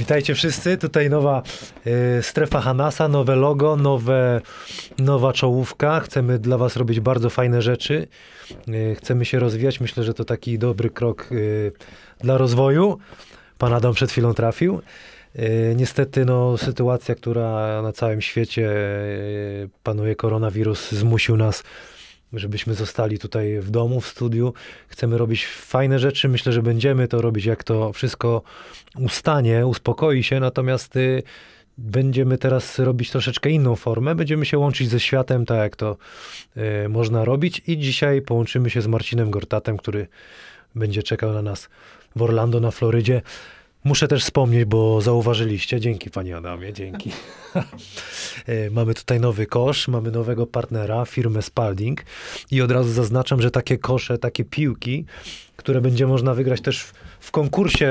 Witajcie wszyscy, tutaj nowa strefa Hanasa, nowe logo, nowa czołówka. Chcemy dla was robić bardzo fajne rzeczy. Chcemy się rozwijać. Myślę, że to taki dobry krok dla rozwoju. Pan Adam przed chwilą trafił. Niestety sytuacja, która na całym świecie panuje, koronawirus, zmusił nas, żebyśmy zostali tutaj w domu, w studiu. Chcemy robić fajne rzeczy. Myślę, że będziemy to robić, jak to wszystko ustanie, uspokoi się. Natomiast będziemy teraz robić troszeczkę inną formę. Będziemy się łączyć ze światem, tak jak to można robić. I dzisiaj połączymy się z Marcinem Gortatem, który będzie czekał na nas w Orlando na Florydzie. Muszę też wspomnieć, bo zauważyliście, dzięki panie Adamie, dzięki. Mamy tutaj nowy kosz, mamy nowego partnera, firmę Spalding i od razu zaznaczam, że takie kosze, takie piłki, które będzie można wygrać też w konkursie,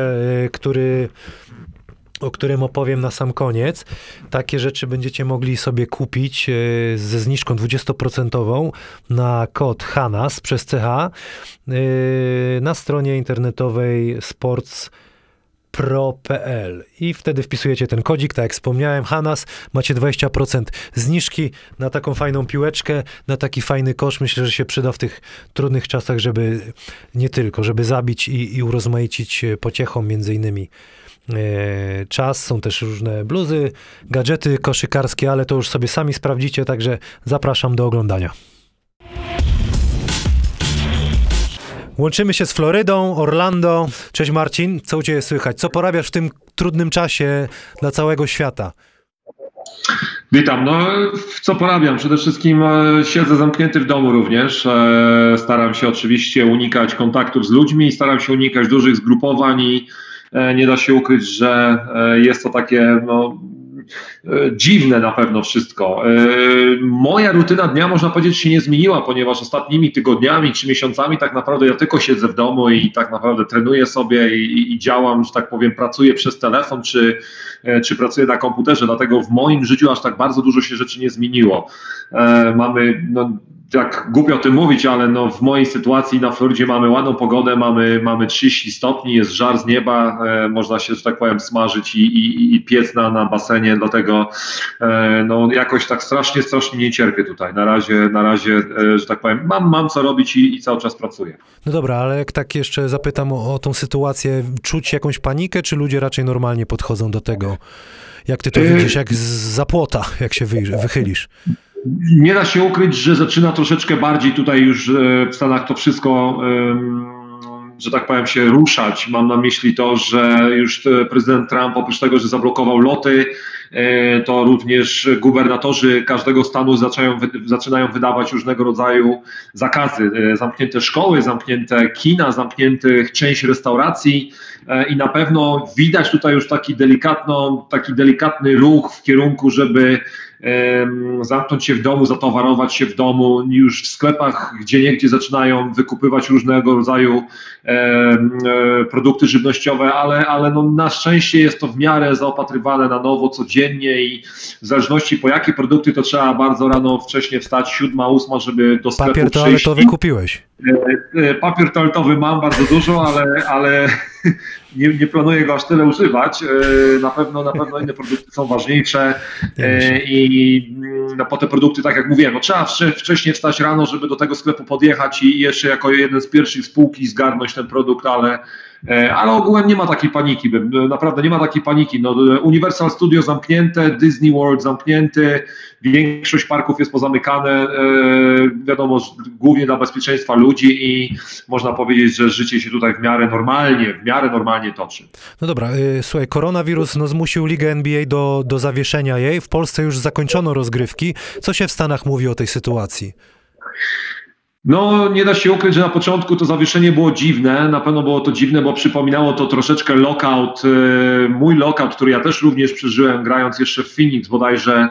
o którym opowiem na sam koniec. Takie rzeczy będziecie mogli sobie kupić ze zniżką 20% na kod HANAS przez CH na stronie internetowej sports.pro.pl i wtedy wpisujecie ten kodzik, tak jak wspomniałem, HANAS, macie 20% zniżki na taką fajną piłeczkę, na taki fajny kosz. Myślę, że się przyda w tych trudnych czasach, żeby nie tylko, żeby zabić i urozmaicić pociechą między innymi czas. Są też różne bluzy, gadżety koszykarskie, ale to już sobie sami sprawdzicie, także zapraszam do oglądania. Łączymy się z Florydą, Orlando. Cześć Marcin, co u ciebie słychać? Co porabiasz w tym trudnym czasie dla całego świata? Witam. Co porabiam? Przede wszystkim siedzę zamknięty w domu również. Staram się oczywiście unikać kontaktów z ludźmi, staram się unikać dużych zgrupowań i nie da się ukryć, że jest to takie dziwne na pewno wszystko. Moja rutyna dnia, można powiedzieć, się nie zmieniła, ponieważ ostatnimi tygodniami czy miesiącami tak naprawdę ja tylko siedzę w domu i tak naprawdę trenuję sobie i działam, że tak powiem, pracuję przez telefon czy pracuję na komputerze, dlatego w moim życiu aż tak bardzo dużo się rzeczy nie zmieniło. Mamy, tak głupio o tym mówić, ale w mojej sytuacji na Florydzie mamy ładną pogodę, mamy 30 stopni, jest żar z nieba, można się, że tak powiem, smażyć i piec na basenie, dlatego jakoś tak strasznie nie cierpię tutaj. Na razie, że tak powiem, mam co robić i cały czas pracuję. No dobra, ale jak tak jeszcze zapytam o tą sytuację, czuć jakąś panikę, czy ludzie raczej normalnie podchodzą do tego? Jak ty to widzisz, jak zza płota, jak się wychylisz? Nie da się ukryć, że zaczyna troszeczkę bardziej tutaj już w Stanach to wszystko, że tak powiem, się ruszać. Mam na myśli to, że już prezydent Trump oprócz tego, że zablokował loty, to również gubernatorzy każdego stanu zaczynają wydawać różnego rodzaju zakazy. Zamknięte szkoły, zamknięte kina, zamkniętych część restauracji i na pewno widać tutaj już taki delikatny ruch w kierunku, żeby zamknąć się w domu, zatowarować się w domu. Już w sklepach gdzieniegdzie zaczynają wykupywać różnego rodzaju produkty żywnościowe, ale na szczęście jest to w miarę zaopatrywane na nowo codziennie i w zależności po jakie produkty, to trzeba bardzo rano wcześnie wstać, 7, 8, żeby do sklepu przyjść. Papier toaletowy kupiłeś? Papier toaletowy mam bardzo dużo, ale nie planuję go aż tyle używać. Na pewno inne produkty są ważniejsze i po te produkty, tak jak mówiłem, trzeba wcześniej wstać rano, żeby do tego sklepu podjechać i jeszcze jako jeden z pierwszych z półki zgarnąć ten produkt, ale ogółem nie ma takiej paniki, naprawdę nie ma takiej paniki. Universal Studio zamknięte, Disney World zamknięty, większość parków jest pozamykane, wiadomo, głównie dla bezpieczeństwa ludzi i można powiedzieć, że życie się tutaj w miarę normalnie toczy. No dobra, słuchaj, koronawirus zmusił ligę NBA do zawieszenia jej. W Polsce już zakończono rozgrywki. Co się w Stanach mówi o tej sytuacji? Nie da się ukryć, że na początku to zawieszenie było dziwne. Na pewno było to dziwne, bo przypominało to troszeczkę lockout, mój lockout, który ja też również przeżyłem, grając jeszcze w Phoenix bodajże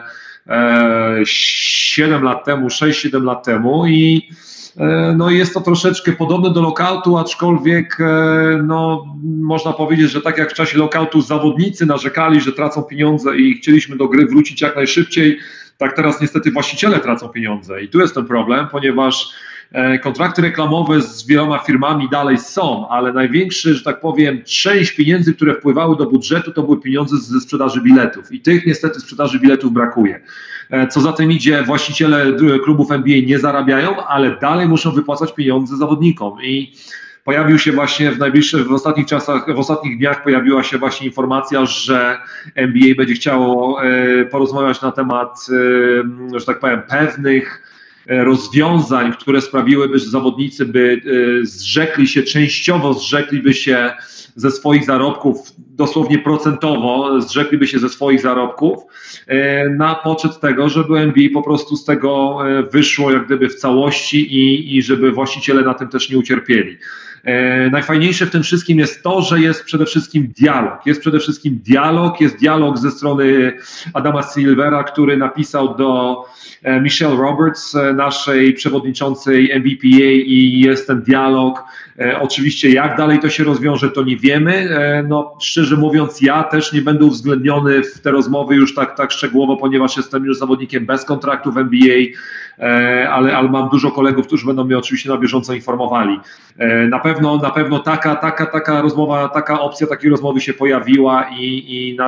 6-7 lat temu i jest to troszeczkę podobne do lockoutu, aczkolwiek można powiedzieć, że tak jak w czasie lockoutu zawodnicy narzekali, że tracą pieniądze i chcieliśmy do gry wrócić jak najszybciej, tak teraz niestety właściciele tracą pieniądze i tu jest ten problem, ponieważ Kontrakty reklamowe z wieloma firmami dalej są, ale największy, że tak powiem, część pieniędzy, które wpływały do budżetu, to były pieniądze ze sprzedaży biletów i tych niestety sprzedaży biletów brakuje. Co za tym idzie, właściciele klubów NBA nie zarabiają, ale dalej muszą wypłacać pieniądze zawodnikom i pojawił się właśnie w ostatnich czasach, w ostatnich dniach pojawiła się właśnie informacja, że NBA będzie chciało porozmawiać na temat, że tak powiem, pewnych rozwiązań, które sprawiłyby, że zawodnicy by częściowo zrzekliby się ze swoich zarobków, dosłownie procentowo zrzekliby się ze swoich zarobków na poczet tego, żeby NBA po prostu z tego wyszło jak gdyby w całości i żeby właściciele na tym też nie ucierpieli. Najfajniejsze w tym wszystkim jest to, że jest przede wszystkim dialog. Jest dialog ze strony Adama Silvera, który napisał do Michelle Roberts, naszej przewodniczącej NBPA, i jest ten dialog. Oczywiście jak dalej to się rozwiąże, to nie wiemy. No, szczerze mówiąc, ja też nie będę uwzględniony w te rozmowy już tak szczegółowo, ponieważ jestem już zawodnikiem bez kontraktu w NBA, ale mam dużo kolegów, którzy będą mnie oczywiście na bieżąco informowali. Na pewno taka rozmowa, taka opcja takiej rozmowy się pojawiła i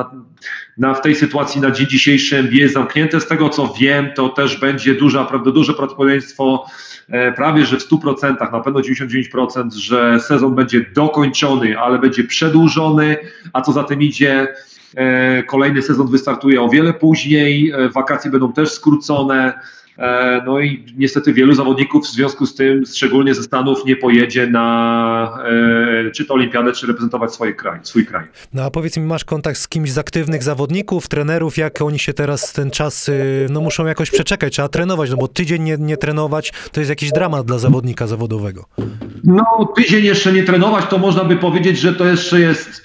w tej sytuacji na dzień dzisiejszy NBA jest zamknięte. Z tego co wiem, to też będzie duże prawdopodobieństwo, prawie że w 100%, na pewno 99%, że sezon będzie dokończony, ale będzie przedłużony, a co za tym idzie, kolejny sezon wystartuje o wiele później, wakacje będą też skrócone. No i niestety wielu zawodników w związku z tym, szczególnie ze Stanów, nie pojedzie na czy to olimpiadę, czy reprezentować swój kraj. No a powiedz mi, masz kontakt z kimś z aktywnych zawodników, trenerów, jak oni się teraz ten czas, no muszą jakoś przeczekać, trzeba trenować, no bo tydzień nie trenować, to jest jakiś dramat dla zawodnika zawodowego. No tydzień jeszcze nie trenować, to można by powiedzieć, że to jeszcze jest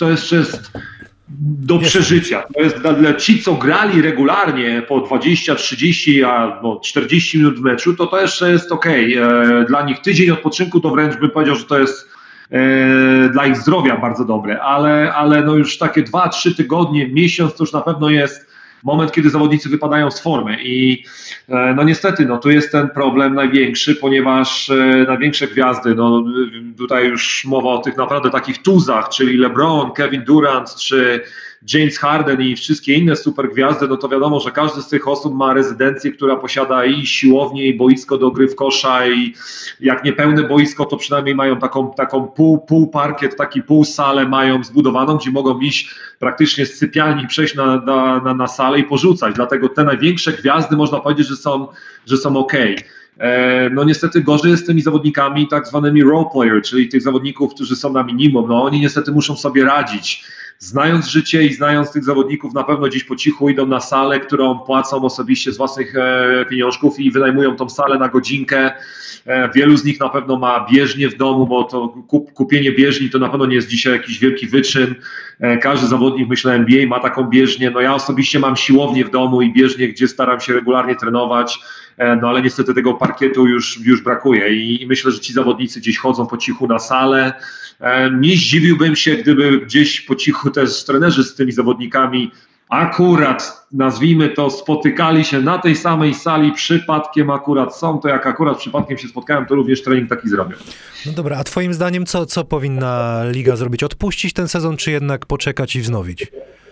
do przeżycia. To jest dla ci, co grali regularnie po 20, 30 albo 40 minut w meczu, to jeszcze jest okej. Dla nich tydzień odpoczynku to wręcz bym powiedział, że to jest dla ich zdrowia bardzo dobre, ale no już takie 2-3 tygodnie, miesiąc to już na pewno jest moment, kiedy zawodnicy wypadają z formy i no niestety, no tu jest ten problem największy, ponieważ największe gwiazdy, no tutaj już mowa o tych naprawdę takich tuzach, czyli LeBron, Kevin Durant czy James Harden i wszystkie inne super gwiazdy, no to wiadomo, że każdy z tych osób ma rezydencję, która posiada i siłownię, i boisko do gry w kosza, i jak nie pełne boisko, to przynajmniej mają taką pół taki pół salę mają zbudowaną, gdzie mogą iść praktycznie z sypialni, przejść na salę i porzucać. Dlatego te największe gwiazdy można powiedzieć, że są okej. No niestety gorzej jest z tymi zawodnikami tak zwanymi role player, czyli tych zawodników, którzy są na minimum. No oni niestety muszą sobie radzić. Znając życie i znając tych zawodników, na pewno gdzieś po cichu idą na salę, którą płacą osobiście z własnych pieniążków i wynajmują tą salę na godzinkę. Wielu z nich na pewno ma bieżnię w domu, bo to kupienie bieżni to na pewno nie jest dzisiaj jakiś wielki wyczyn. Każdy zawodnik, myślę, NBA ma taką bieżnię. No ja osobiście mam siłownię w domu i bieżnię, gdzie staram się regularnie trenować. No ale niestety tego parkietu już brakuje i myślę, że ci zawodnicy gdzieś chodzą po cichu na salę. Nie zdziwiłbym się, gdyby gdzieś po cichu też trenerzy z tymi zawodnikami akurat, nazwijmy to, spotykali się na tej samej sali, przypadkiem akurat są, to jak akurat przypadkiem się spotkałem, to również trening taki zrobią. No dobra, a twoim zdaniem co powinna liga zrobić? Odpuścić ten sezon, czy jednak poczekać i wznowić?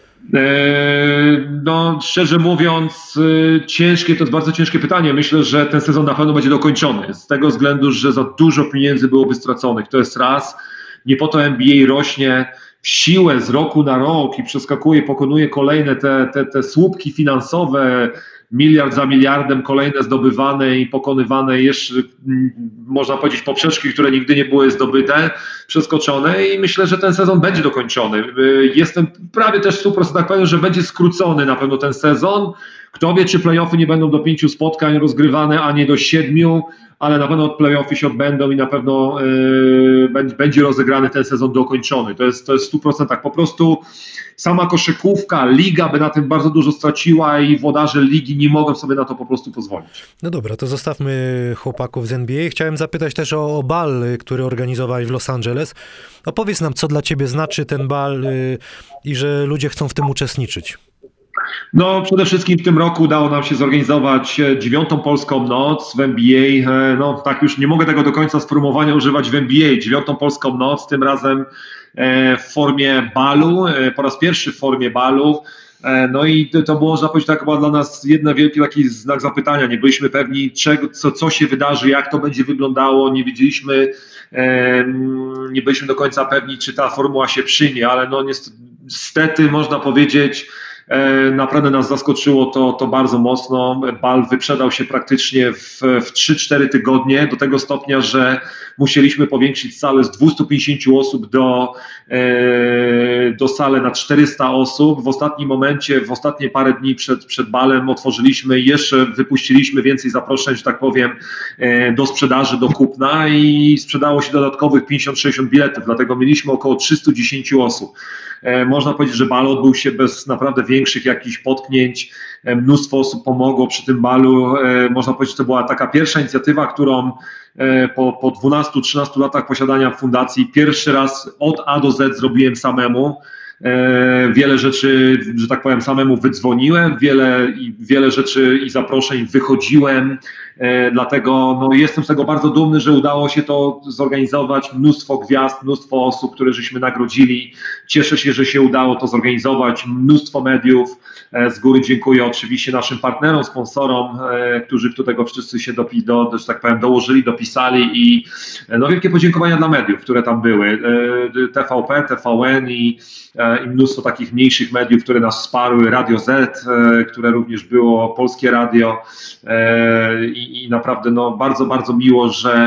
No, szczerze mówiąc, to jest bardzo ciężkie pytanie. Myślę, że ten sezon na pewno będzie dokończony z tego względu, że za dużo pieniędzy byłoby straconych. To jest raz. Nie po to NBA rośnie w siłę z roku na rok i pokonuje kolejne te słupki finansowe, miliard za miliardem, kolejne zdobywane i pokonywane jeszcze, można powiedzieć, poprzeczki, które nigdy nie były zdobyte, przeskoczone i myślę, że ten sezon będzie dokończony. Jestem prawie też w 100% pewien, że będzie skrócony na pewno ten sezon. Kto wie, czy play-offy nie będą do 5 spotkań rozgrywane, a nie do 7, ale na pewno play-offy się odbędą i na pewno będzie rozegrany ten sezon dokończony. To jest w 100%. Po prostu sama koszykówka, liga by na tym bardzo dużo straciła i włodarze ligi nie mogą sobie na to po prostu pozwolić. No dobra, to zostawmy chłopaków z NBA. Chciałem zapytać też o bal, który organizowali w Los Angeles. Opowiedz nam, co dla ciebie znaczy ten bal i że ludzie chcą w tym uczestniczyć. No, przede wszystkim w tym roku udało nam się zorganizować 9. Polską Noc w NBA. No, tak już nie mogę tego do końca sformułowania używać w NBA. 9. Polską Noc, tym razem w formie balu, po raz pierwszy w formie balu. No i to było, można powiedzieć, tak była dla nas jeden wielki taki znak zapytania. Nie byliśmy pewni, co się wydarzy, jak to będzie wyglądało. Nie wiedzieliśmy, nie byliśmy do końca pewni, czy ta formuła się przyjmie, ale no niestety można powiedzieć, naprawdę nas zaskoczyło to bardzo mocno. Bal wyprzedał się praktycznie w 3-4 tygodnie, do tego stopnia, że musieliśmy powiększyć salę z 250 osób do sali na 400 osób. W ostatnim momencie, w ostatnie parę dni przed balem otworzyliśmy i jeszcze wypuściliśmy więcej zaproszeń, że tak powiem, do sprzedaży, do kupna i sprzedało się dodatkowych 50-60 biletów, dlatego mieliśmy około 310 osób. Można powiedzieć, że bal odbył się bez naprawdę większych jakichś potknięć. Mnóstwo osób pomogło przy tym balu. Można powiedzieć, że to była taka pierwsza inicjatywa, którą po 12-13 latach posiadania fundacji pierwszy raz od A do Z zrobiłem samemu. Wiele rzeczy, że tak powiem, samemu wydzwoniłem, wiele rzeczy i zaproszeń wychodziłem, dlatego no, jestem z tego bardzo dumny, że udało się to zorganizować, mnóstwo gwiazd, mnóstwo osób, które żeśmy nagrodzili. Cieszę się, że się udało to zorganizować, mnóstwo mediów. Z góry dziękuję oczywiście naszym partnerom, sponsorom, którzy do tego wszyscy się że tak powiem, dołożyli, dopisali i no, wielkie podziękowania dla mediów, które tam były. TVP, TVN i mnóstwo takich mniejszych mediów, które nas wsparły, Radio Z, które również było, Polskie Radio i naprawdę no, bardzo, bardzo miło, że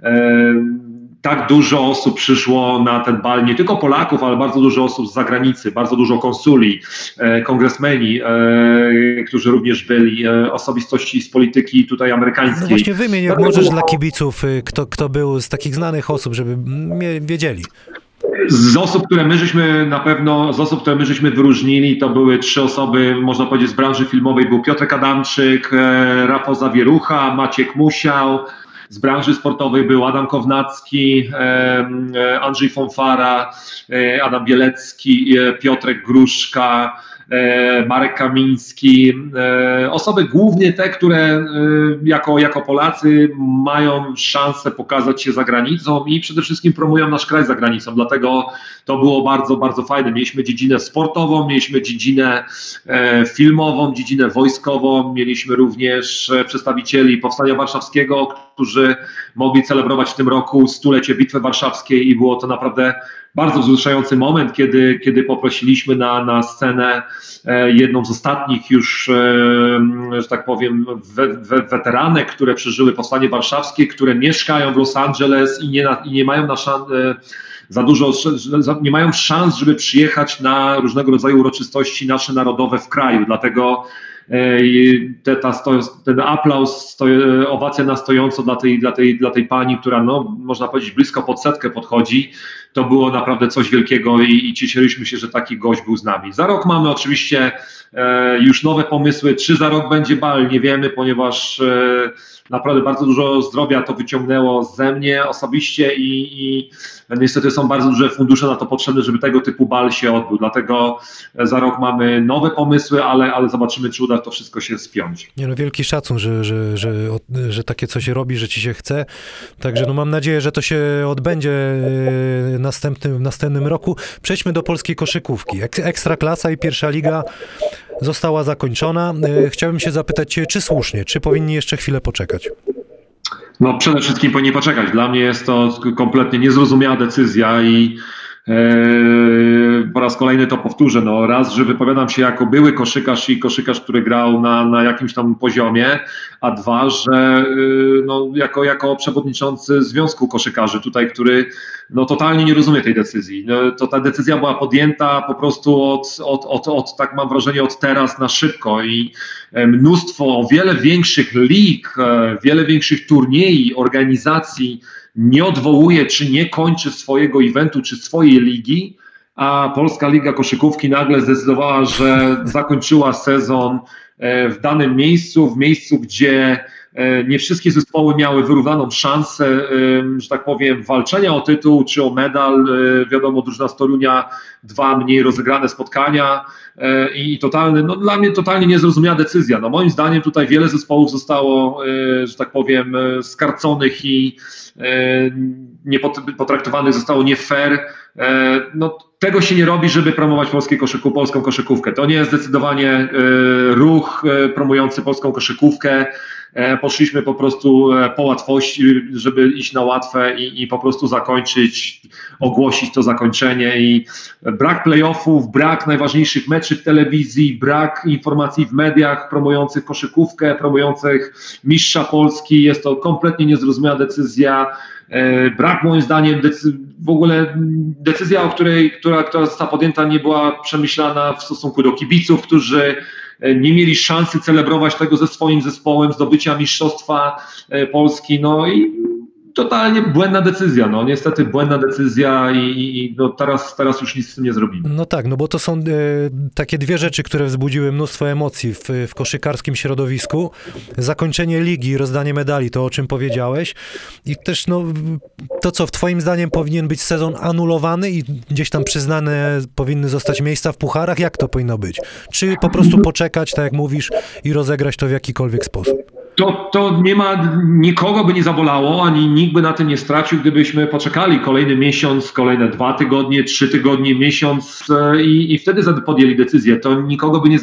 tak dużo osób przyszło na ten bal, nie tylko Polaków, ale bardzo dużo osób z zagranicy, bardzo dużo konsuli, kongresmeni, którzy również byli, osobistości z polityki tutaj amerykańskiej. No właśnie wymień, jak możesz dla kibiców, kto był z takich znanych osób, żeby wiedzieli. Z osób, które my żeśmy wyróżnili, to były 3 osoby, można powiedzieć, z branży filmowej. Był Piotrek Adamczyk, Rafał Zawierucha, Maciek Musiał. Z branży sportowej był Adam Kownacki, Andrzej Fonfara, Adam Bielecki, Piotrek Gruszka, Marek Kamiński. Osoby głównie te, które jako Polacy mają szansę pokazać się za granicą i przede wszystkim promują nasz kraj za granicą. Dlatego to było bardzo, bardzo fajne. Mieliśmy dziedzinę sportową, mieliśmy dziedzinę filmową, dziedzinę wojskową, mieliśmy również przedstawicieli Powstania Warszawskiego, którzy mogli celebrować w tym roku 100-lecie Bitwy Warszawskiej i było to naprawdę bardzo wzruszający moment, kiedy poprosiliśmy na scenę jedną z ostatnich już, że tak powiem, weteranek, które przeżyły Powstanie Warszawskie, które mieszkają w Los Angeles i nie mają nie mają szans, żeby przyjechać na różnego rodzaju uroczystości nasze narodowe w kraju. Dlatego ten aplauz, owacja na stojąco dla tej pani, która no, można powiedzieć blisko pod 100 podchodzi, to było naprawdę coś wielkiego i cieszyliśmy się, że taki gość był z nami. Za rok mamy oczywiście już nowe pomysły, czy za rok będzie bal, nie wiemy, ponieważ naprawdę bardzo dużo zdrowia to wyciągnęło ze mnie osobiście i niestety są bardzo duże fundusze na to potrzebne, żeby tego typu bal się odbył. Dlatego za rok mamy nowe pomysły, ale zobaczymy, czy uda to wszystko się spiąć. Nie no, wielki szacun, że takie coś robi, że ci się chce. Także no mam nadzieję, że to się odbędzie w następnym roku. Przejdźmy do polskiej koszykówki. Ekstraklasa i pierwsza liga została zakończona. Chciałbym się zapytać cię, czy słusznie, czy powinni jeszcze chwilę poczekać? No przede wszystkim powinni poczekać. Dla mnie jest to kompletnie niezrozumiała decyzja i po raz kolejny to powtórzę. No raz, że wypowiadam się jako były koszykarz i koszykarz, który grał na jakimś tam poziomie, a dwa, że no, jako przewodniczący Związku Koszykarzy tutaj, który no, totalnie nie rozumie tej decyzji. No, to ta decyzja była podjęta po prostu tak mam wrażenie, od teraz na szybko i mnóstwo, o wiele większych lig, wiele większych turniejów, organizacji nie odwołuje, czy nie kończy swojego eventu, czy swojej ligi, a Polska Liga Koszykówki nagle zdecydowała, że zakończyła sezon w danym miejscu, gdzie Nie wszystkie zespoły miały wyrównaną szansę, że tak powiem, walczenia o tytuł czy o medal. Wiadomo, drużyna z Torunia 2 mniej rozegrane spotkania i no dla mnie totalnie niezrozumiała decyzja. No moim zdaniem tutaj wiele zespołów zostało, że tak powiem, skarconych i nie potraktowanych zostało nie fair. No, tego się nie robi, żeby promować polską koszykówkę. To nie jest zdecydowanie ruch promujący polską koszykówkę. Poszliśmy po prostu po łatwości, żeby iść na łatwe i po prostu ogłosić to zakończenie. I brak playoffów, brak najważniejszych meczów w telewizji, brak informacji w mediach promujących koszykówkę, promujących mistrza Polski. Jest to kompletnie niezrozumiała decyzja. Brak moim zdaniem w ogóle decyzja, która została podjęta, nie była przemyślana w stosunku do kibiców, którzy nie mieli szansy celebrować tego ze swoim zespołem, zdobycia mistrzostwa Polski. No i totalnie błędna decyzja, no niestety błędna decyzja i no teraz już nic z tym nie zrobimy. No tak, no bo to są takie dwie rzeczy, które wzbudziły mnóstwo emocji w koszykarskim środowisku. Zakończenie ligi, rozdanie medali, to o czym powiedziałeś. I też no to, co w twoim zdaniem powinien być sezon anulowany i gdzieś tam przyznane powinny zostać miejsca w pucharach, jak to powinno być? Czy po prostu poczekać, tak jak mówisz, i rozegrać to w jakikolwiek sposób? To nie ma, nikogo by nie zabolało, ani nikt by na tym nie stracił, gdybyśmy poczekali kolejny miesiąc, kolejne 2 tygodnie, 3 tygodnie, miesiąc i wtedy podjęli decyzję. To nikogo by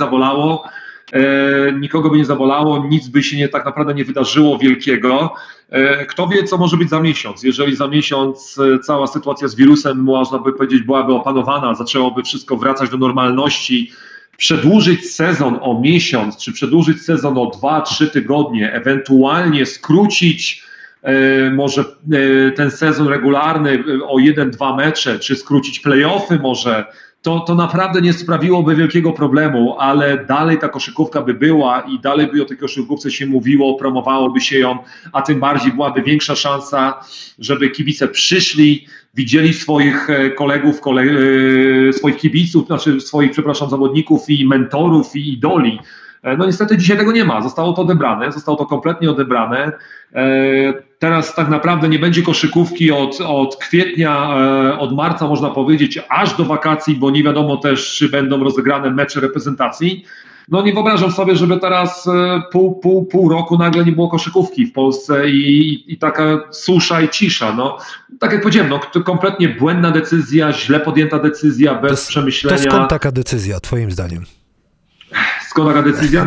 nie zabolało, nic by się tak naprawdę nie wydarzyło wielkiego. Kto wie, co może być za miesiąc. Jeżeli za miesiąc cała sytuacja z wirusem, można by powiedzieć, byłaby opanowana, zaczęłoby wszystko wracać do normalności, przedłużyć sezon o miesiąc, czy przedłużyć sezon o 2-3 tygodnie, ewentualnie skrócić może ten sezon regularny o 1-2 mecze, czy skrócić play-offy może, to naprawdę nie sprawiłoby wielkiego problemu, ale dalej ta koszykówka by była i dalej by o tej koszykówce się mówiło, promowałoby się ją, a tym bardziej byłaby większa szansa, żeby kibice przyszli, widzieli swoich kolegów, swoich kibiców, zawodników i mentorów i idoli. No niestety dzisiaj tego nie ma. Zostało to kompletnie odebrane. Teraz tak naprawdę nie będzie koszykówki od kwietnia, od marca można powiedzieć, aż do wakacji, bo nie wiadomo też, czy będą rozegrane mecze reprezentacji. No nie wyobrażam sobie, żeby teraz pół roku nagle nie było koszykówki w Polsce i taka susza i cisza. No, tak jak powiedziałem, no, to kompletnie błędna decyzja, źle podjęta decyzja, bez przemyślenia. To skąd taka decyzja, twoim zdaniem? Skąd taka decyzja?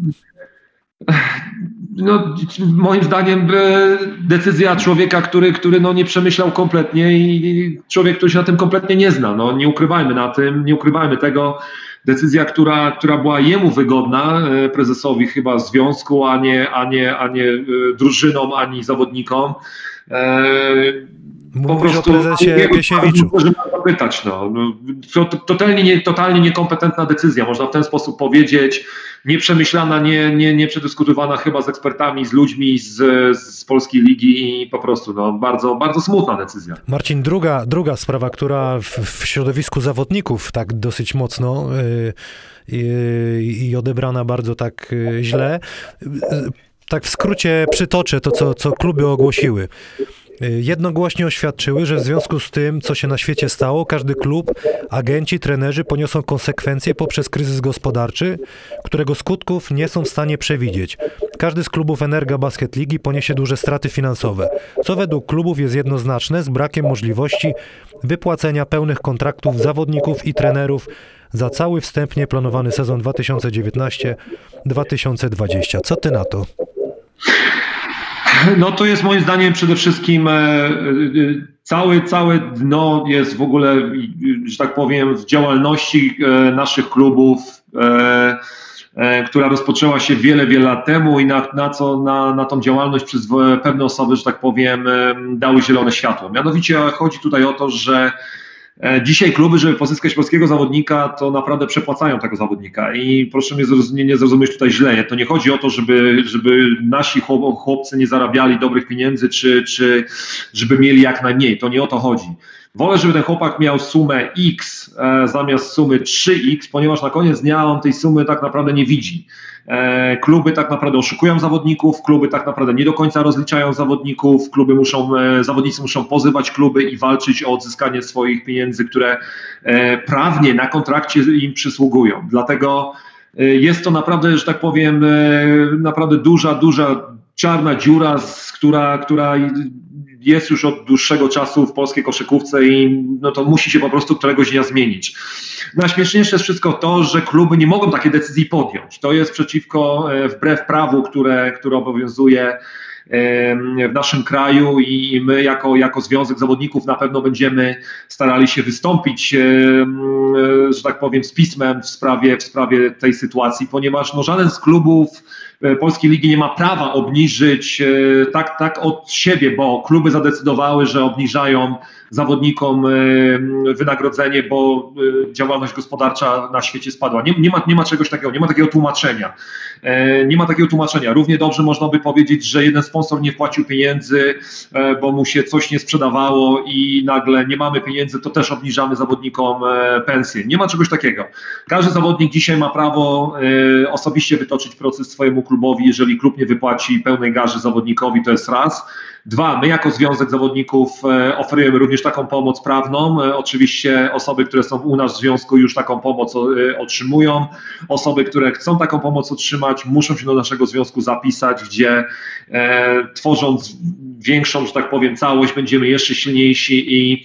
No, moim zdaniem decyzja człowieka, który no, nie przemyślał kompletnie i człowiek, który się na tym kompletnie nie zna. No, nie ukrywajmy tego. Decyzja, która była jemu wygodna, prezesowi chyba związku, a nie drużynom, ani zawodnikom. Po prostu o prezesie Piesiewiczu. Możemy zapytać, no. Totalnie niekompetentna decyzja, można w ten sposób powiedzieć, nieprzemyślana, nie przedyskutowana chyba z ekspertami, z ludźmi z polskiej ligi i po prostu no, bardzo, bardzo smutna decyzja. Marcin, druga sprawa, która w środowisku zawodników tak dosyć mocno i odebrana bardzo tak źle. Tak w skrócie przytoczę to, co kluby ogłosiły. Jednogłośnie oświadczyły, że w związku z tym, co się na świecie stało, każdy klub, agenci, trenerzy poniosą konsekwencje poprzez kryzys gospodarczy, którego skutków nie są w stanie przewidzieć. Każdy z klubów Energa Basket Ligi poniesie duże straty finansowe, co według klubów jest jednoznaczne z brakiem możliwości wypłacenia pełnych kontraktów zawodników i trenerów za cały wstępnie planowany sezon 2019-2020. Co ty na to? No to jest moim zdaniem przede wszystkim całe dno jest w ogóle, że tak powiem, w działalności naszych klubów, która rozpoczęła się wiele lat temu i na tą działalność przez pewne osoby, że tak powiem, dały zielone światło. Mianowicie chodzi tutaj o to, że dzisiaj kluby, żeby pozyskać polskiego zawodnika, to naprawdę przepłacają tego zawodnika i proszę mnie nie zrozumieć tutaj źle. To nie chodzi o to, żeby nasi chłopcy nie zarabiali dobrych pieniędzy, czy żeby mieli jak najmniej. To nie o to chodzi. Wolę, żeby ten chłopak miał sumę X zamiast sumy 3X, ponieważ na koniec dnia on tej sumy tak naprawdę nie widzi. Kluby tak naprawdę oszukują zawodników, kluby tak naprawdę nie do końca rozliczają zawodników, zawodnicy muszą pozywać kluby i walczyć o odzyskanie swoich pieniędzy, które prawnie na kontrakcie im przysługują. Dlatego jest to naprawdę, że tak powiem, naprawdę duża czarna dziura, która jest już od dłuższego czasu w polskiej koszykówce i no to musi się po prostu któregoś dnia zmienić. Najśmieszniejsze jest wszystko to, że kluby nie mogą takiej decyzji podjąć. To jest wbrew prawu, które obowiązuje w naszym kraju i my jako Związek Zawodników na pewno będziemy starali się wystąpić, że tak powiem, z pismem w sprawie tej sytuacji, ponieważ no, żaden z klubów Polskiej Ligi nie ma prawa obniżyć tak od siebie, bo kluby zadecydowały, że obniżają zawodnikom wynagrodzenie, bo działalność gospodarcza na świecie spadła. Nie ma czegoś takiego, nie ma takiego tłumaczenia. Nie ma takiego tłumaczenia. Równie dobrze można by powiedzieć, że jeden sponsor nie wpłacił pieniędzy, bo mu się coś nie sprzedawało i nagle nie mamy pieniędzy, to też obniżamy zawodnikom pensję. Nie ma czegoś takiego. Każdy zawodnik dzisiaj ma prawo osobiście wytoczyć proces swojemu klubowi, jeżeli klub nie wypłaci pełnej garzy zawodnikowi, to jest raz. Dwa, my jako Związek Zawodników oferujemy również taką pomoc prawną. Oczywiście osoby, które są u nas w związku, już taką pomoc otrzymują. Osoby, które chcą taką pomoc otrzymać, muszą się do naszego związku zapisać, gdzie tworząc większą, że tak powiem, całość, będziemy jeszcze silniejsi i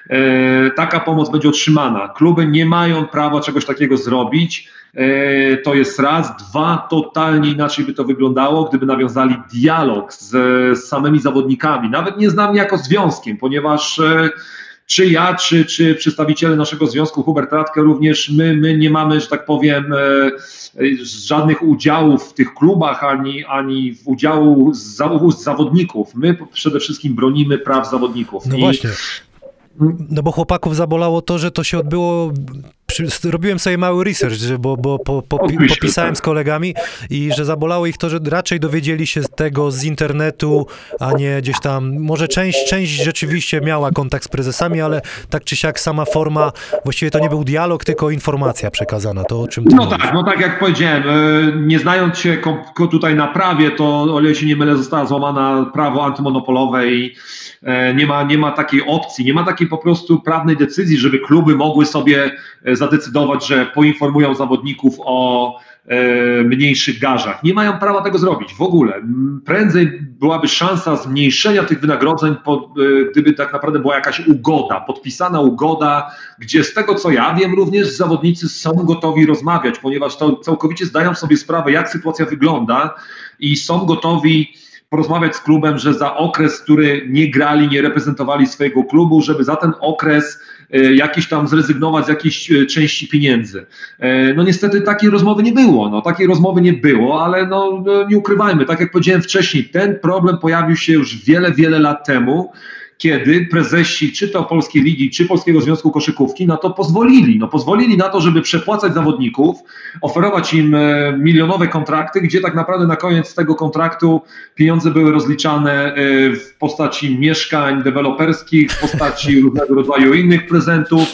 taka pomoc będzie otrzymana. Kluby nie mają prawa czegoś takiego zrobić. To jest raz. Dwa, totalnie inaczej by to wyglądało, gdyby nawiązali dialog z samymi zawodnikami, nawet nie z nami jako związkiem, ponieważ czy ja, czy przedstawiciele naszego związku, Hubert Radke również, my nie mamy, że tak powiem, żadnych udziałów w tych klubach, ani udziału z zawodników. My przede wszystkim bronimy praw zawodników. No właśnie. No bo chłopaków zabolało to, że to się odbyło. Robiłem sobie mały research, bo popisałem z kolegami i że zabolało ich to, że raczej dowiedzieli się tego z internetu, a nie gdzieś tam, może część rzeczywiście miała kontakt z prezesami, ale tak czy siak sama forma, właściwie to nie był dialog, tylko informacja przekazana, to o czym ty mówisz. No tak jak powiedziałem, nie znając się tutaj na prawie, to o ile się nie mylę, została złamana prawo antymonopolowe i nie ma takiej opcji, nie ma takiej po prostu prawnej decyzji, żeby kluby mogły sobie zadecydować, że poinformują zawodników o mniejszych garzach. Nie mają prawa tego zrobić w ogóle. Prędzej byłaby szansa zmniejszenia tych wynagrodzeń, gdyby tak naprawdę była jakaś ugoda, podpisana ugoda, gdzie z tego co ja wiem również zawodnicy są gotowi rozmawiać, ponieważ to całkowicie zdają sobie sprawę, jak sytuacja wygląda i są gotowi porozmawiać z klubem, że za okres, który nie grali, nie reprezentowali swojego klubu, żeby za ten okres jakiś tam zrezygnować z jakiejś części pieniędzy. No niestety takiej rozmowy nie było. No, takiej rozmowy nie było, ale no, nie ukrywajmy, tak jak powiedziałem wcześniej, ten problem pojawił się już wiele lat temu, kiedy prezesi czy to Polskiej Ligi, czy Polskiego Związku Koszykówki na to pozwolili. No, pozwolili na to, żeby przepłacać zawodników, oferować im milionowe kontrakty, gdzie tak naprawdę na koniec tego kontraktu pieniądze były rozliczane w postaci mieszkań deweloperskich, w postaci różnego rodzaju innych prezentów,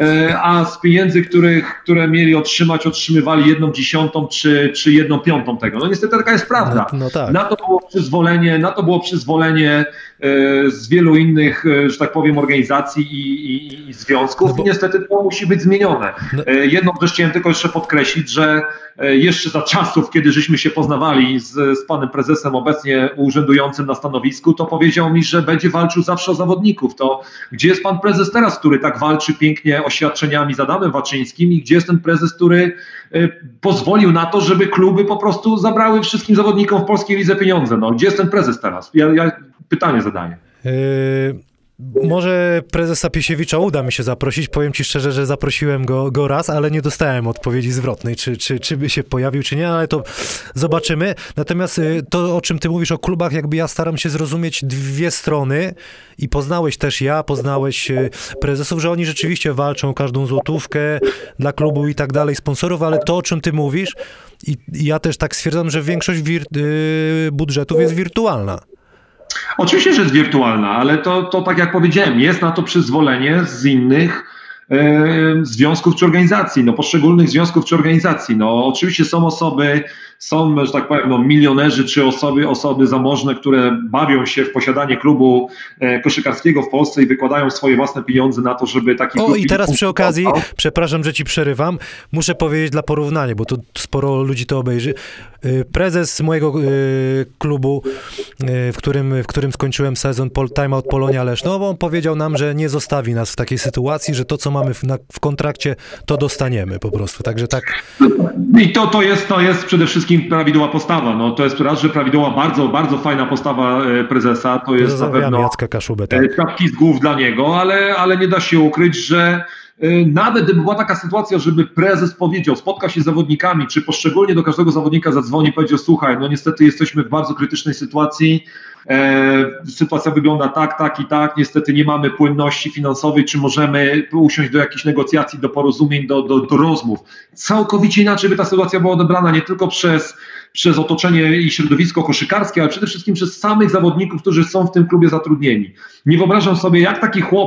a z pieniędzy, które mieli otrzymać, otrzymywali 1/10 czy 1/5 tego. No niestety taka jest prawda. No tak. Na to było przyzwolenie z wielu innych, że tak powiem, organizacji i związków i niestety to musi być zmienione. Jedną rzecz chciałem tylko jeszcze podkreślić, że jeszcze za czasów, kiedy żeśmy się poznawali z panem prezesem obecnie urzędującym na stanowisku, to powiedział mi, że będzie walczył zawsze o zawodników. To gdzie jest pan prezes teraz, który tak walczy pięknie oświadczeniami z Adamem Waczyńskim i gdzie jest ten prezes, który pozwolił na to, żeby kluby po prostu zabrały wszystkim zawodnikom w Polskiej Lidze pieniądze? No, gdzie jest ten prezes teraz? Ja pytanie zadaję. Może prezesa Piesiewicza uda mi się zaprosić. Powiem ci szczerze, że zaprosiłem go raz, ale nie dostałem odpowiedzi zwrotnej, czy by się pojawił, czy nie, ale to zobaczymy. Natomiast to, o czym ty mówisz o klubach, jakby ja staram się zrozumieć dwie strony i poznałeś prezesów, że oni rzeczywiście walczą o każdą złotówkę dla klubu i tak dalej, sponsorów, ale to, o czym ty mówisz, i ja też tak stwierdzam, że większość budżetów jest wirtualna. Oczywiście, że jest wirtualna, ale to tak jak powiedziałem, jest na to przyzwolenie z innych związków czy organizacji, no poszczególnych związków czy organizacji. No oczywiście są osoby, że tak powiem, no, milionerzy czy osoby zamożne, które bawią się w posiadanie klubu koszykarskiego w Polsce i wykładają swoje własne pieniądze na to, żeby taki klub... I teraz przy okazji, przepraszam, że ci przerywam, muszę powiedzieć dla porównania, bo tu sporo ludzi to obejrzy. Prezes mojego klubu, w którym skończyłem sezon Time Out Polonia Leszno, bo on powiedział nam, że nie zostawi nas w takiej sytuacji, że to, co mamy w kontrakcie, to dostaniemy po prostu. Także tak. I to jest przede wszystkim prawidłowa postawa. No, to jest raz, że prawidłowa, bardzo, bardzo fajna postawa prezesa. To jest na pewno Jacka Kaszubę, tak. Czapki z głów dla niego, ale nie da się ukryć, że nawet gdyby była taka sytuacja, żeby prezes powiedział, spotka się z zawodnikami, czy poszczególnie do każdego zawodnika zadzwoni i powiedział, słuchaj, no niestety jesteśmy w bardzo krytycznej sytuacji, sytuacja wygląda tak i tak, niestety nie mamy płynności finansowej, czy możemy usiąść do jakichś negocjacji, do porozumień, do rozmów. Całkowicie inaczej by ta sytuacja była odebrana nie tylko przez otoczenie i środowisko koszykarskie, ale przede wszystkim przez samych zawodników, którzy są w tym klubie zatrudnieni. Nie wyobrażam sobie, jak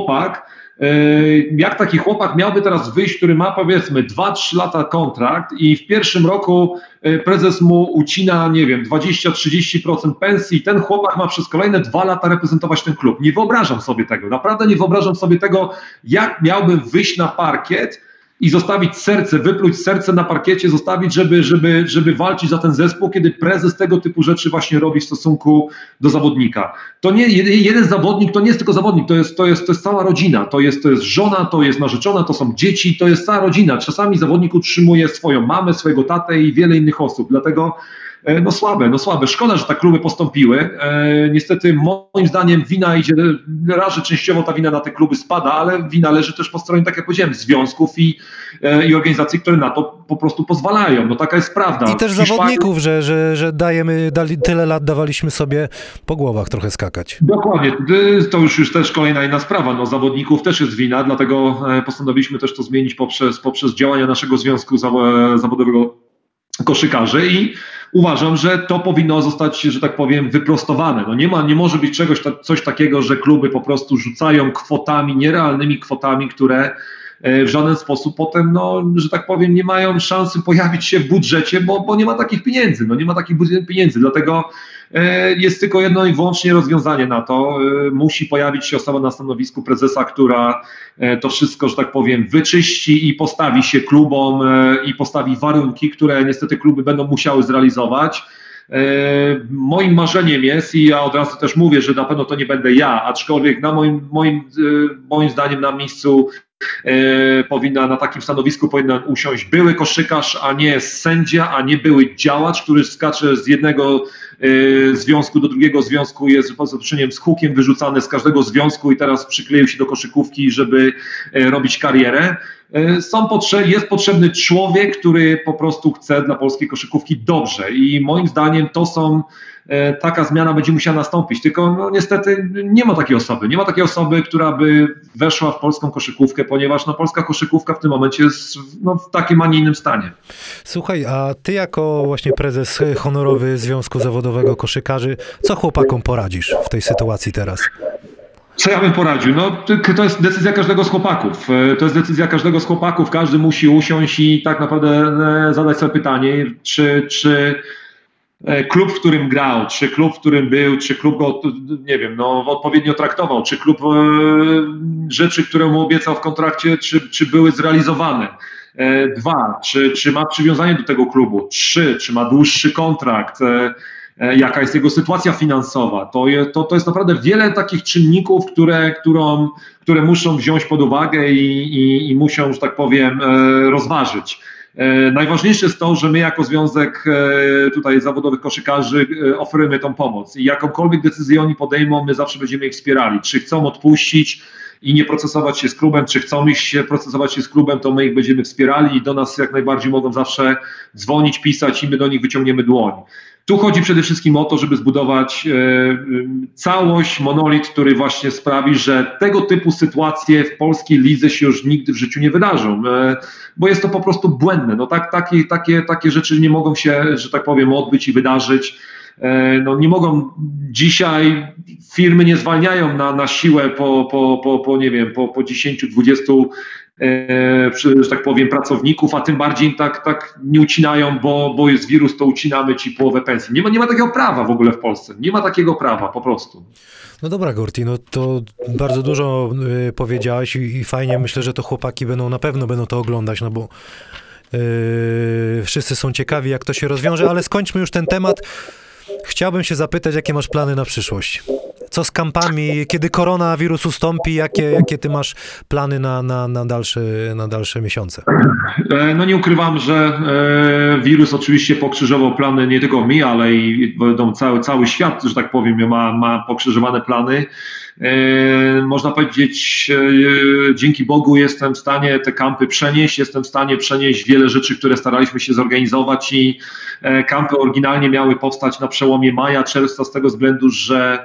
taki chłopak miałby teraz wyjść, który ma powiedzmy 2-3 lata kontrakt i w pierwszym roku prezes mu ucina, nie wiem, 20-30% pensji i ten chłopak ma przez kolejne 2 lata reprezentować ten klub. Nie wyobrażam sobie tego, naprawdę nie wyobrażam sobie tego, jak miałbym wyjść na parkiet i zostawić serce, wypluć serce na parkiecie, zostawić, żeby walczyć za ten zespół, kiedy prezes tego typu rzeczy właśnie robi w stosunku do zawodnika. To nie jeden zawodnik, to nie jest tylko zawodnik, to jest cała rodzina, to jest żona, to jest narzeczona, to są dzieci, to jest cała rodzina. Czasami zawodnik utrzymuje swoją mamę, swojego tatę i wiele innych osób, dlatego no słabe. Szkoda, że tak kluby postąpiły. Niestety moim zdaniem wina idzie, raz, że częściowo ta wina na te kluby spada, ale wina leży też po stronie, tak jak powiedziałem, związków i organizacji, które na to po prostu pozwalają. No taka jest prawda. I też zawodników, że tyle lat dawaliśmy sobie po głowach trochę skakać. Dokładnie. To już też kolejna inna sprawa. No zawodników też jest wina, dlatego postanowiliśmy też to zmienić poprzez działania naszego związku zawodowego koszykarzy i uważam, że to powinno zostać, że tak powiem, wyprostowane. No nie może być coś takiego, że kluby po prostu rzucają kwotami, nierealnymi kwotami, które w żaden sposób potem, no, że tak powiem, nie mają szansy pojawić się w budżecie, bo nie ma takich pieniędzy. No nie ma takich pieniędzy, dlatego jest tylko jedno i wyłącznie rozwiązanie na to. Musi pojawić się osoba na stanowisku prezesa, która to wszystko, że tak powiem, wyczyści i postawi się klubom i postawi warunki, które niestety kluby będą musiały zrealizować. Moim marzeniem jest, i ja od razu też mówię, że na pewno to nie będę ja, aczkolwiek na moim zdaniem na miejscu na takim stanowisku powinien usiąść były koszykarz, a nie sędzia, a nie były działacz, który skacze z jednego związku do drugiego związku, jest z hukiem wyrzucany z każdego związku i teraz przykleił się do koszykówki, żeby robić karierę. Jest potrzebny człowiek, który po prostu chce dla polskiej koszykówki dobrze i moim zdaniem taka zmiana będzie musiała nastąpić, tylko no, niestety nie ma takiej osoby, która by weszła w polską koszykówkę, ponieważ no, polska koszykówka w tym momencie jest w takim, a nie innym stanie. Słuchaj, a ty jako właśnie prezes honorowy Związku Zawodowego Koszykarzy, co chłopakom poradzisz w tej sytuacji teraz? Co ja bym poradził? No, to jest decyzja każdego z chłopaków. Każdy musi usiąść i tak naprawdę zadać sobie pytanie, czy klub, w którym grał, czy klub, w którym był, czy klub go, nie wiem, no, odpowiednio traktował, czy klub rzeczy, które mu obiecał w kontrakcie, czy były zrealizowane. 2, czy ma przywiązanie do tego klubu. 3, czy ma dłuższy kontrakt. Jaka jest jego sytuacja finansowa. To jest naprawdę wiele takich czynników, które muszą wziąć pod uwagę i muszą, że tak powiem, rozważyć. Najważniejsze jest to, że my jako Związek tutaj zawodowych koszykarzy oferujemy tą pomoc i jakąkolwiek decyzję oni podejmą, my zawsze będziemy ich wspierali. Czy chcą odpuścić i nie procesować się z klubem, czy chcą procesować się z klubem, to my ich będziemy wspierali i do nas jak najbardziej mogą zawsze dzwonić, pisać i my do nich wyciągniemy dłoń. Tu chodzi przede wszystkim o to, żeby zbudować całość, monolit, który właśnie sprawi, że tego typu sytuacje w polskiej lidze się już nigdy w życiu nie wydarzą, bo jest to po prostu błędne. No takie rzeczy nie mogą się, że tak powiem, odbyć i wydarzyć. no nie mogą dzisiaj, firmy nie zwalniają na siłę nie wiem, po 10-20 że tak powiem, pracowników, a tym bardziej tak nie ucinają, bo jest wirus, to ucinamy ci połowę pensji. Nie ma takiego prawa w ogóle w Polsce. Nie ma takiego prawa, po prostu. No dobra, Gorty, no to bardzo dużo powiedziałeś i fajnie, myślę, że to chłopaki na pewno będą to oglądać, no bo wszyscy są ciekawi, jak to się rozwiąże, ale skończmy już ten temat. Chciałbym się zapytać, jakie masz plany na przyszłość? Co z kampami? Kiedy koronawirus ustąpi? Jakie ty masz plany na dalsze miesiące? No nie ukrywam, że wirus oczywiście pokrzyżował plany nie tylko mi, ale i cały świat, że tak powiem, ma pokrzyżowane plany. Można powiedzieć, dzięki Bogu jestem w stanie te kampy przenieść, jestem w stanie przenieść wiele rzeczy, które staraliśmy się zorganizować i kampy oryginalnie miały powstać na przełomie maja, czerwca z tego względu, że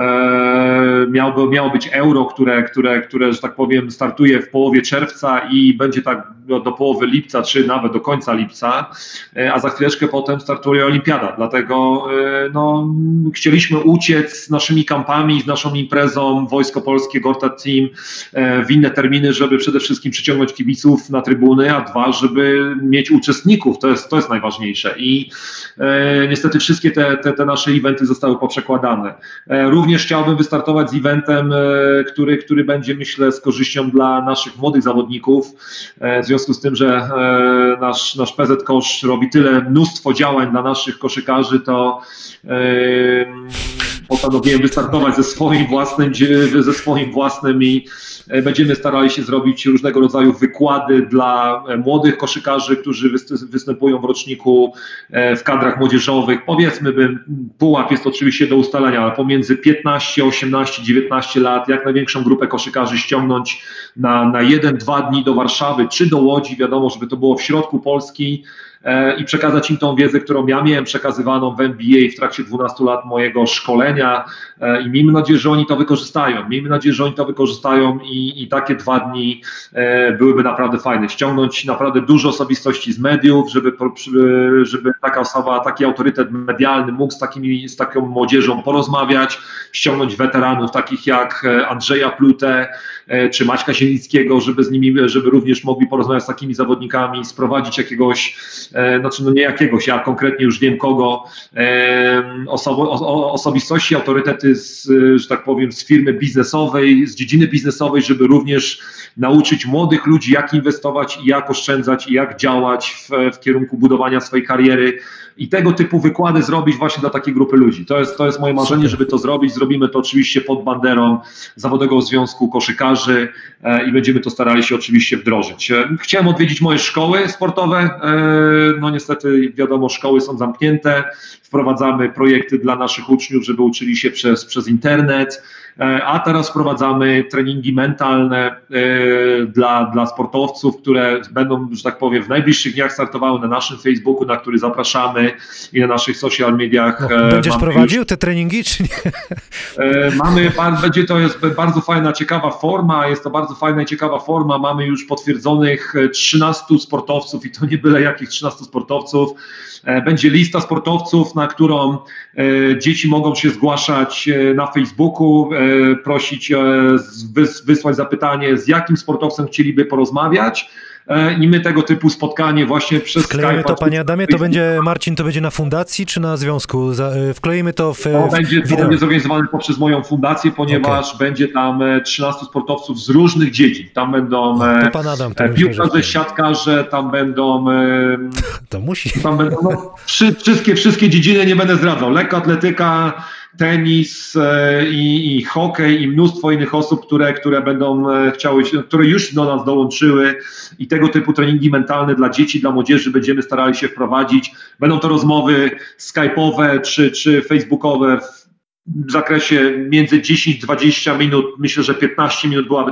miało być euro, które, że tak powiem, startuje w połowie czerwca i będzie tak do połowy lipca, czy nawet do końca lipca, a za chwileczkę potem startuje olimpiada. Dlatego no, chcieliśmy uciec z naszymi kampami, z naszą imprezą Wojsko Polskie, Gortat Team w inne terminy, żeby przede wszystkim przyciągnąć kibiców na trybuny, a dwa, żeby mieć uczestników. To jest najważniejsze. I niestety wszystkie te nasze eventy zostały poprzekładane. Również chciałbym wystartować z eventem, który będzie, myślę, z korzyścią dla naszych młodych zawodników. W związku z tym, że nasz PZ Kosz robi mnóstwo działań dla naszych koszykarzy, to postanowiłem wystartować ze swoim własnym i będziemy starali się zrobić różnego rodzaju wykłady dla młodych koszykarzy, którzy występują w roczniku w kadrach młodzieżowych. Powiedzmy, pułap jest oczywiście do ustalenia, ale pomiędzy 15, 18, 19 lat jak największą grupę koszykarzy ściągnąć na 1-2 dni do Warszawy czy do Łodzi, wiadomo, żeby to było w środku Polski, i przekazać im tą wiedzę, którą ja miałem przekazywaną w NBA w trakcie 12 lat mojego szkolenia i miejmy nadzieję, że oni to wykorzystają. Miejmy nadzieję, że oni to wykorzystają i takie 2 dni byłyby naprawdę fajne. Ściągnąć naprawdę dużo osobistości z mediów, żeby taka osoba, taki autorytet medialny mógł z taką młodzieżą porozmawiać, ściągnąć weteranów takich jak Andrzeja Plutę czy Maćka Zielińskiego, żeby również mogli porozmawiać z takimi zawodnikami, sprowadzić jakiegoś, znaczy no nie jakiegoś, ja konkretnie już wiem kogo, osobistości, autorytety że tak powiem, z firmy biznesowej, z dziedziny biznesowej, żeby również nauczyć młodych ludzi, jak inwestować i jak oszczędzać i jak działać w kierunku budowania swojej kariery. I tego typu wykłady zrobić właśnie dla takiej grupy ludzi. To jest moje marzenie, żeby to zrobić. Zrobimy to oczywiście pod banderą Zawodowego Związku Koszykarzy i będziemy to starali się oczywiście wdrożyć. Chciałem odwiedzić moje szkoły sportowe. No niestety wiadomo, szkoły są zamknięte. Wprowadzamy projekty dla naszych uczniów, żeby uczyli się przez internet. A teraz wprowadzamy treningi mentalne dla sportowców, które będą, że tak powiem, w najbliższych dniach startowały na naszym Facebooku, na który zapraszamy i na naszych social mediach. Będziesz prowadził te treningi, czy nie? To jest bardzo fajna, ciekawa forma, jest to bardzo fajna i ciekawa forma. Mamy już potwierdzonych 13 sportowców i to nie byle jakich 13 sportowców. Będzie lista sportowców, na którą dzieci mogą się zgłaszać na Facebooku, prosić, wysłać zapytanie, z jakim sportowcem chcieliby porozmawiać. I my tego typu spotkanie właśnie przez Skype'a... Wklejemy to, panie Adamie, to będzie, Marcin, to będzie na fundacji czy na związku? Wkleimy to w będzie zorganizowane poprzez moją fundację, ponieważ będzie tam 13 sportowców z różnych dziedzin. Tam będą piłkarze, siatkarze, tam będą... To musi. Tam będą wszystkie dziedziny, nie będę zdradzał. Lekkoatletyka, tenis i hokej i mnóstwo innych osób, które będą chciały, które już do nas dołączyły i tego typu treningi mentalne dla dzieci, dla młodzieży będziemy starali się wprowadzić. Będą to rozmowy skype'owe czy facebookowe w zakresie między 10-20 minut. Myślę, że 15 minut byłaby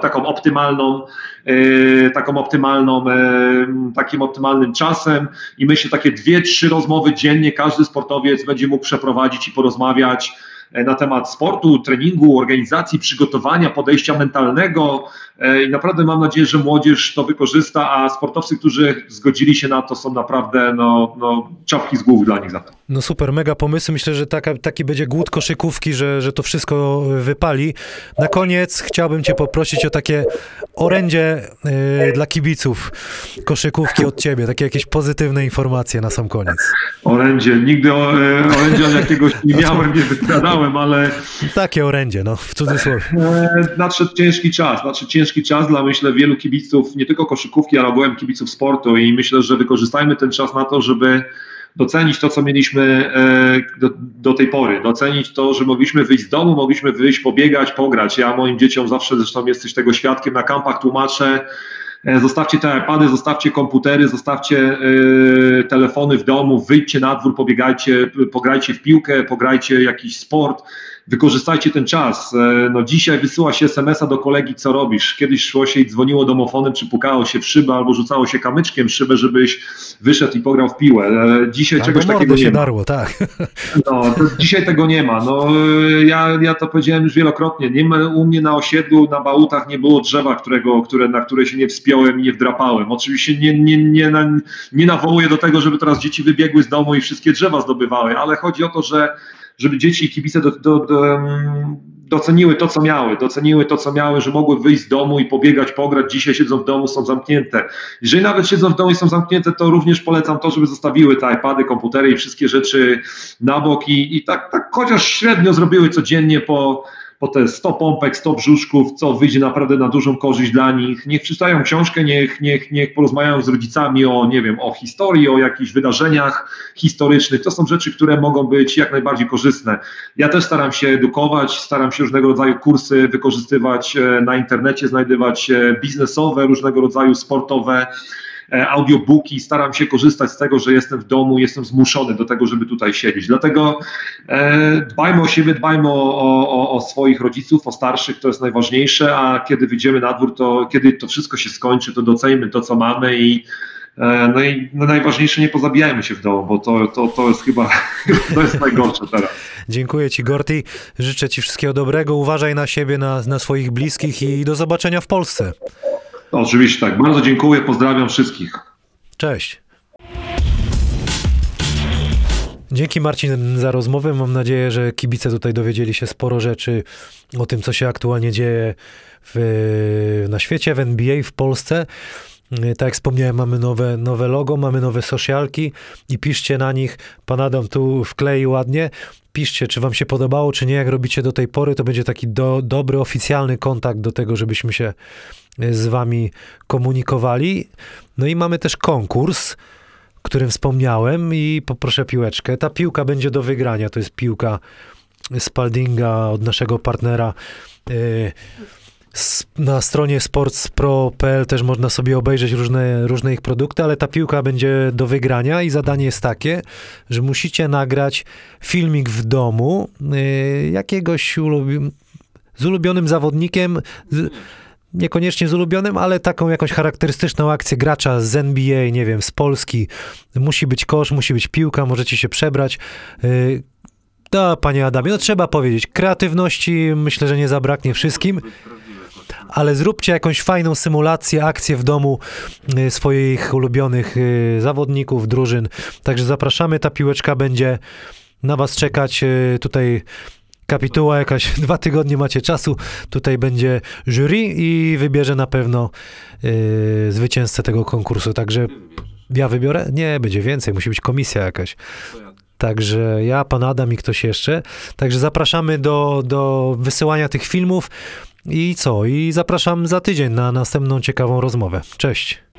takim optymalnym czasem i myślę, takie 2-3 rozmowy dziennie każdy sportowiec będzie mógł przeprowadzić i porozmawiać na temat sportu, treningu, organizacji, przygotowania, podejścia mentalnego i naprawdę mam nadzieję, że młodzież to wykorzysta, a sportowcy, którzy zgodzili się na to, są naprawdę czapki z głów dla nich za to. No super, mega pomysł. Myślę, że taki będzie głód koszykówki, że to wszystko wypali. Na koniec chciałbym cię poprosić o takie orędzie dla kibiców koszykówki od ciebie, takie jakieś pozytywne informacje na sam koniec. Orędzie, nigdy orędzia jakiegoś nie miałem, nie wypowiadałem, ale... Takie orędzie, no, w cudzysłowie. Nadszedł ciężki czas dla, myślę, wielu kibiców, nie tylko koszykówki, ale ogółem kibiców sportu i myślę, że wykorzystajmy ten czas na to, żeby docenić to, co mieliśmy do tej pory, docenić to, że mogliśmy wyjść z domu, mogliśmy wyjść, pobiegać, pograć. Ja moim dzieciom zawsze, zresztą jesteś tego świadkiem, na kampach tłumaczę, zostawcie te iPady, zostawcie komputery, zostawcie telefony w domu, wyjdźcie na dwór, pobiegajcie, pograjcie w piłkę, pograjcie jakiś sport, wykorzystajcie ten czas. No dzisiaj wysyła się SMS-a do kolegi, co robisz. Kiedyś szło się i dzwoniło domofonem, czy pukało się w szybę, albo rzucało się kamyczkiem w szybę, żebyś wyszedł i pograł w piłę. Dzisiaj tak, czegoś takiego nie ma. darło, tak. No, dzisiaj tego nie ma. No, ja to powiedziałem już wielokrotnie. U mnie na osiedlu, na Bałutach nie było drzewa, na które się nie wspiąłem i nie wdrapałem. Oczywiście nie nawołuję do tego, żeby teraz dzieci wybiegły z domu i wszystkie drzewa zdobywały, ale chodzi o to, żeby dzieci i kibice doceniły to, co miały, że mogły wyjść z domu i pobiegać, pograć. Dzisiaj siedzą w domu, są zamknięte. Jeżeli nawet siedzą w domu i są zamknięte, to również polecam to, żeby zostawiły te iPady, komputery i wszystkie rzeczy na bok i tak chociaż średnio zrobiły codziennie po te 100 pompek, 100 brzuszków, co wyjdzie naprawdę na dużą korzyść dla nich. Niech przeczytają książkę, niech porozmawiają z rodzicami o historii, o jakichś wydarzeniach historycznych. To są rzeczy, które mogą być jak najbardziej korzystne. Ja też staram się edukować, staram się różnego rodzaju kursy wykorzystywać na internecie, znajdywać biznesowe, różnego rodzaju sportowe, audiobooki, staram się korzystać z tego, że jestem w domu, jestem zmuszony do tego, żeby tutaj siedzieć. Dlatego dbajmy o siebie, dbajmy o swoich rodziców, o starszych, to jest najważniejsze, a kiedy wyjdziemy na dwór, to kiedy to wszystko się skończy, to doceńmy to, co mamy i najważniejsze, nie pozabijajmy się w domu, bo to jest chyba to jest najgorsze teraz. Dziękuję ci, Gorty. Życzę ci wszystkiego dobrego. Uważaj na siebie, na swoich bliskich i do zobaczenia w Polsce. Oczywiście tak. Bardzo dziękuję. Pozdrawiam wszystkich. Cześć. Dzięki, Marcin, za rozmowę. Mam nadzieję, że kibice tutaj dowiedzieli się sporo rzeczy o tym, co się aktualnie dzieje na świecie, w NBA, w Polsce. Tak jak wspomniałem, mamy nowe logo, mamy nowe socialki i piszcie na nich. Pan Adam tu wklei ładnie. Piszcie, czy wam się podobało, czy nie. Jak robicie do tej pory, to będzie taki dobry, oficjalny kontakt do tego, żebyśmy się z wami komunikowali. No i mamy też konkurs, o którym wspomniałem i poproszę piłeczkę. Ta piłka będzie do wygrania. To jest piłka Spaldinga od naszego partnera. Na stronie sportspro.pl też można sobie obejrzeć różne ich produkty, ale ta piłka będzie do wygrania i zadanie jest takie, że musicie nagrać filmik w domu jakiegoś z ulubionym zawodnikiem, niekoniecznie z ulubionym, ale taką jakąś charakterystyczną akcję gracza z NBA, nie wiem, z Polski. Musi być kosz, musi być piłka, możecie się przebrać. Panie Adamie, trzeba powiedzieć, kreatywności myślę, że nie zabraknie wszystkim, ale zróbcie jakąś fajną symulację, akcję w domu swoich ulubionych zawodników, drużyn. Także zapraszamy, ta piłeczka będzie na was czekać. Tutaj kapituła jakaś, 2 tygodnie macie czasu. Tutaj będzie jury i wybierze na pewno zwycięzcę tego konkursu. Także ja wybiorę? Nie, będzie więcej, musi być komisja jakaś. Także ja, pan Adam i ktoś jeszcze. Także zapraszamy do wysyłania tych filmów i zapraszam za tydzień na następną ciekawą rozmowę. Cześć.